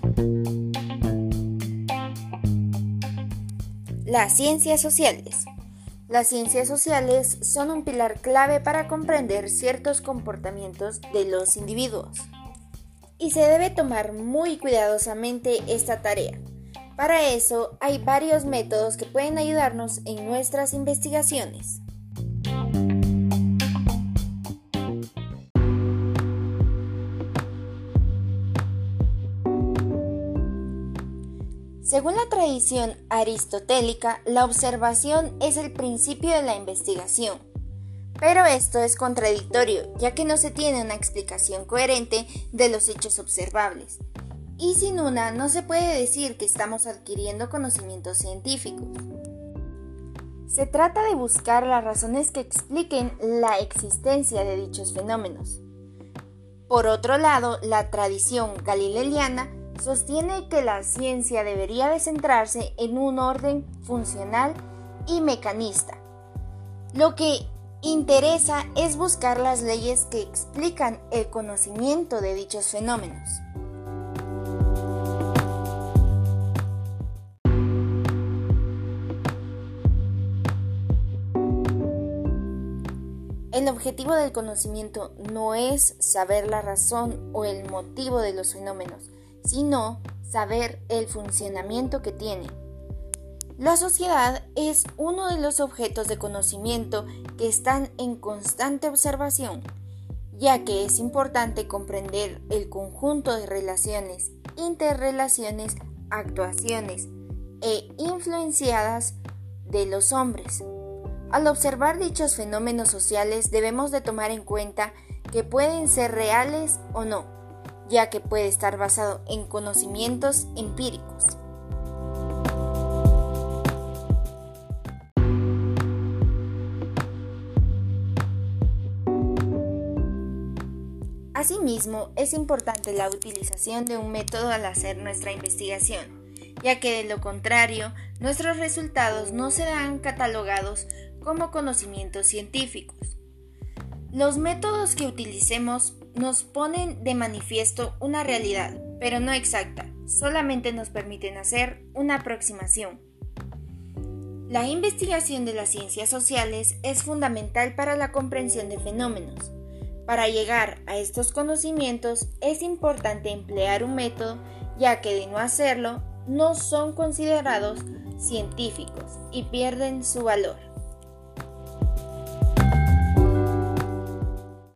Las ciencias sociales. Las ciencias sociales son un pilar clave para comprender ciertos comportamientos de los individuos. Y se debe tomar muy cuidadosamente esta tarea. Para eso hay varios métodos que pueden ayudarnos en nuestras investigaciones. Según la tradición aristotélica, la observación es el principio de la investigación. Pero esto es contradictorio, ya que no se tiene una explicación coherente de los hechos observables. Y sin una no se puede decir que estamos adquiriendo conocimientos científicos. Se trata de buscar las razones que expliquen la existencia de dichos fenómenos. Por otro lado, la tradición galileana sostiene que la ciencia debería de centrarse en un orden funcional y mecanista. Lo que interesa es buscar las leyes que explican el conocimiento de dichos fenómenos. El objetivo del conocimiento no es saber la razón o el motivo de los fenómenos, sino saber el funcionamiento que tiene. La sociedad es uno de los objetos de conocimiento que están en constante observación, ya que es importante comprender el conjunto de relaciones, interrelaciones, actuaciones e influenciadas de los hombres. Al observar dichos fenómenos sociales debemos de tomar en cuenta que pueden ser reales o no, ya que puede estar basado en conocimientos empíricos. Asimismo, es importante la utilización de un método al hacer nuestra investigación, ya que de lo contrario, nuestros resultados no serán catalogados como conocimientos científicos. Los métodos que utilicemos nos ponen de manifiesto una realidad, pero no exacta, solamente nos permiten hacer una aproximación. La investigación de las ciencias sociales es fundamental para la comprensión de fenómenos. Para llegar a estos conocimientos es importante emplear un método, ya que de no hacerlo, no son considerados científicos y pierden su valor.